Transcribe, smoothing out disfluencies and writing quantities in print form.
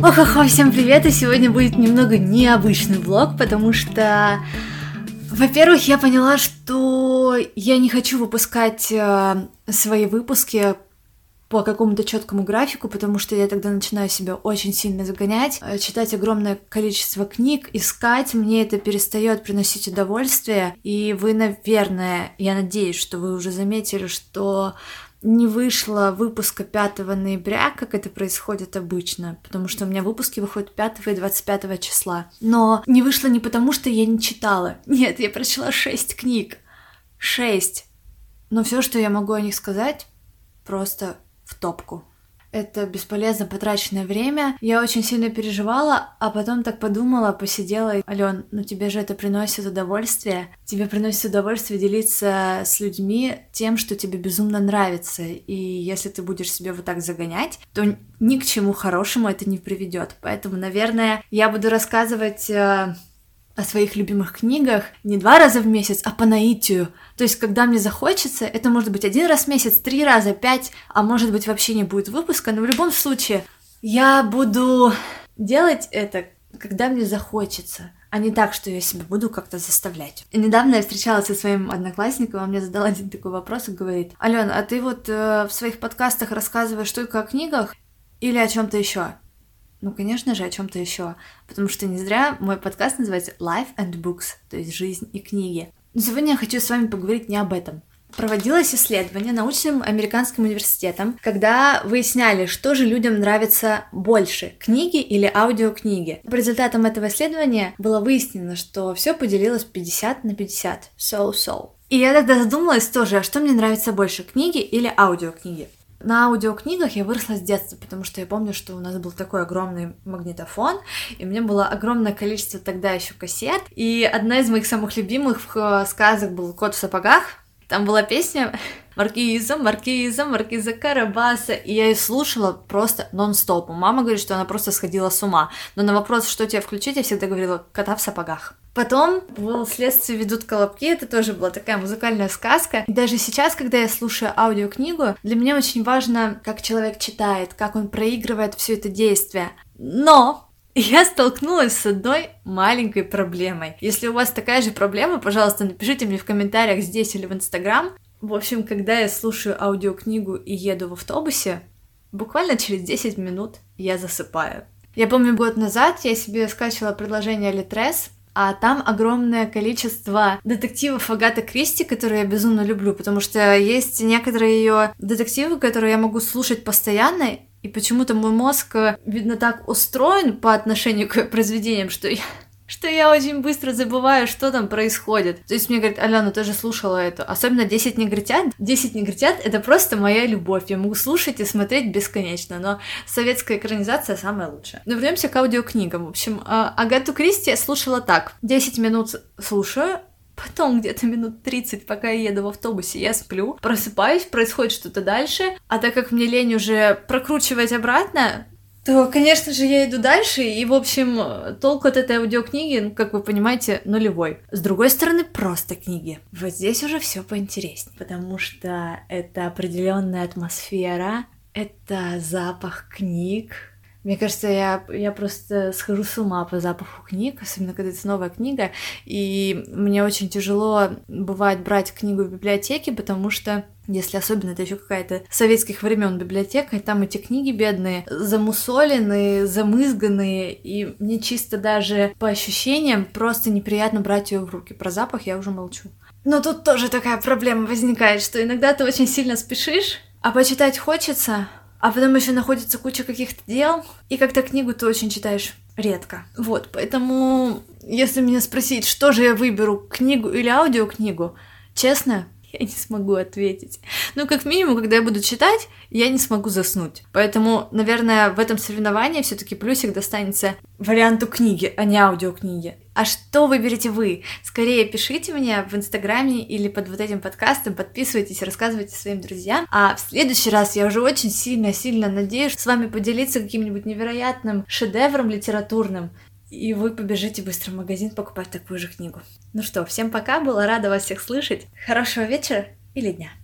Ох-охо, всем привет, и сегодня будет немного необычный влог, потому что, во-первых, я поняла, что я не хочу выпускать свои выпуски по какому-то четкому графику, потому что я тогда начинаю себя очень сильно загонять, читать огромное количество книг, искать, мне это перестает приносить удовольствие, и вы, наверное, я надеюсь, что вы уже заметили, что не вышло выпуска 5 ноября, как это происходит обычно, потому что у меня выпуски выходят 5 и 25 числа. Но не вышло не потому, что я не читала. Нет, я прочла 6 книг. 6. Но все, что я могу о них сказать, просто в топку. Это бесполезно потраченное время. Я очень сильно переживала, а потом так подумала, посидела. Алён, ну тебе же это приносит удовольствие. Тебе приносит удовольствие делиться с людьми тем, что тебе безумно нравится. И если ты будешь себя вот так загонять, то ни к чему хорошему это не приведет. Поэтому, наверное, я буду рассказывать о своих любимых книгах не 2 раза в месяц, а по наитию. То есть, когда мне захочется, это может быть 1 раз в месяц, 3 раза, 5, а может быть вообще не будет выпуска, но в любом случае я буду делать это, когда мне захочется, а не так, что я себя буду как-то заставлять. И недавно я встречалась со своим одноклассником, он мне задал один такой вопрос и говорит: Алёна, а ты вот в своих подкастах рассказываешь только о книгах или о чем-то еще? Ну, конечно же, о чем-то еще, потому что не зря мой подкаст называется Life and Books, то есть жизнь и книги. Но сегодня я хочу с вами поговорить не об этом. Проводилось исследование научным американским университетом, когда выясняли, что же людям нравится больше, книги или аудиокниги. По результатам этого исследования было выяснено, что все поделилось 50 на 50. So. И я тогда задумалась тоже, а что мне нравится больше, книги или аудиокниги? На аудиокнигах я выросла с детства, потому что я помню, что у нас был такой огромный магнитофон, и у меня было огромное количество тогда еще кассет, и одна из моих самых любимых сказок был «Кот в сапогах». Там была песня «Маркиза Карабаса», и я ее слушала просто нон-стопом. Мама говорит, что она просто сходила с ума, но на вопрос, что тебе включить, я всегда говорила «Кота в сапогах». Потом было «Следствие ведут колобки», это тоже была такая музыкальная сказка. И даже сейчас, когда я слушаю аудиокнигу, для меня очень важно, как человек читает, как он проигрывает все это действие. Но я столкнулась с одной маленькой проблемой. Если у вас такая же проблема, пожалуйста, напишите мне в комментариях здесь или в Инстаграм. В общем, когда я слушаю аудиокнигу и еду в автобусе, буквально через 10 минут я засыпаю. Я помню, год назад я себе скачала приложение Литрес, а там огромное количество детективов Агаты Кристи, которые я безумно люблю, потому что есть некоторые ее детективы, которые я могу слушать постоянно, и почему-то мой мозг, видно, так устроен по отношению к произведениям, что я очень быстро забываю, что там происходит. То есть мне говорят: Алена, ты же слушала это. Особенно 10 негритят. 10 негритят — это просто моя любовь. Я могу слушать и смотреть бесконечно, но советская экранизация самая лучшая. Но вернемся к аудиокнигам. В общем, Агату Кристи я слушала так. 10 минут слушаю, потом где-то минут 30, пока я еду в автобусе, я сплю, просыпаюсь, происходит что-то дальше, а так как мне лень уже прокручивать обратно, то, конечно же, я иду дальше, и, в общем, толк от этой аудиокниги, ну, как вы понимаете, нулевой. С другой стороны, просто книги. Вот здесь уже все поинтереснее, потому что это определенная атмосфера, это запах книг. Мне кажется, я просто схожу с ума по запаху книг, особенно когда это новая книга, и мне очень тяжело бывает брать книгу в библиотеке, потому что если особенно это еще какая-то советских времен библиотека, и там эти книги бедные, замусоленные, замызганные, и мне чисто даже по ощущениям просто неприятно брать ее в руки. Про запах я уже молчу. Но тут тоже такая проблема возникает, что иногда ты очень сильно спешишь, а почитать хочется, а потом еще находится куча каких-то дел, и как-то книгу ты очень читаешь редко. Вот, поэтому, если меня спросить, что же я выберу, книгу или аудиокнигу, честно, я не смогу ответить. Ну, как минимум, когда я буду читать, я не смогу заснуть. Поэтому, наверное, в этом соревновании все-таки плюсик достанется варианту книги, а не аудиокниги. А что выберете вы? Скорее пишите мне в Инстаграме или под вот этим подкастом, подписывайтесь, рассказывайте своим друзьям. А в следующий раз я уже очень сильно надеюсь с вами поделиться каким-нибудь невероятным шедевром литературным, и вы побежите быстро в магазин покупать такую же книгу. Ну что, всем пока, была рада вас всех слышать. Хорошего вечера или дня.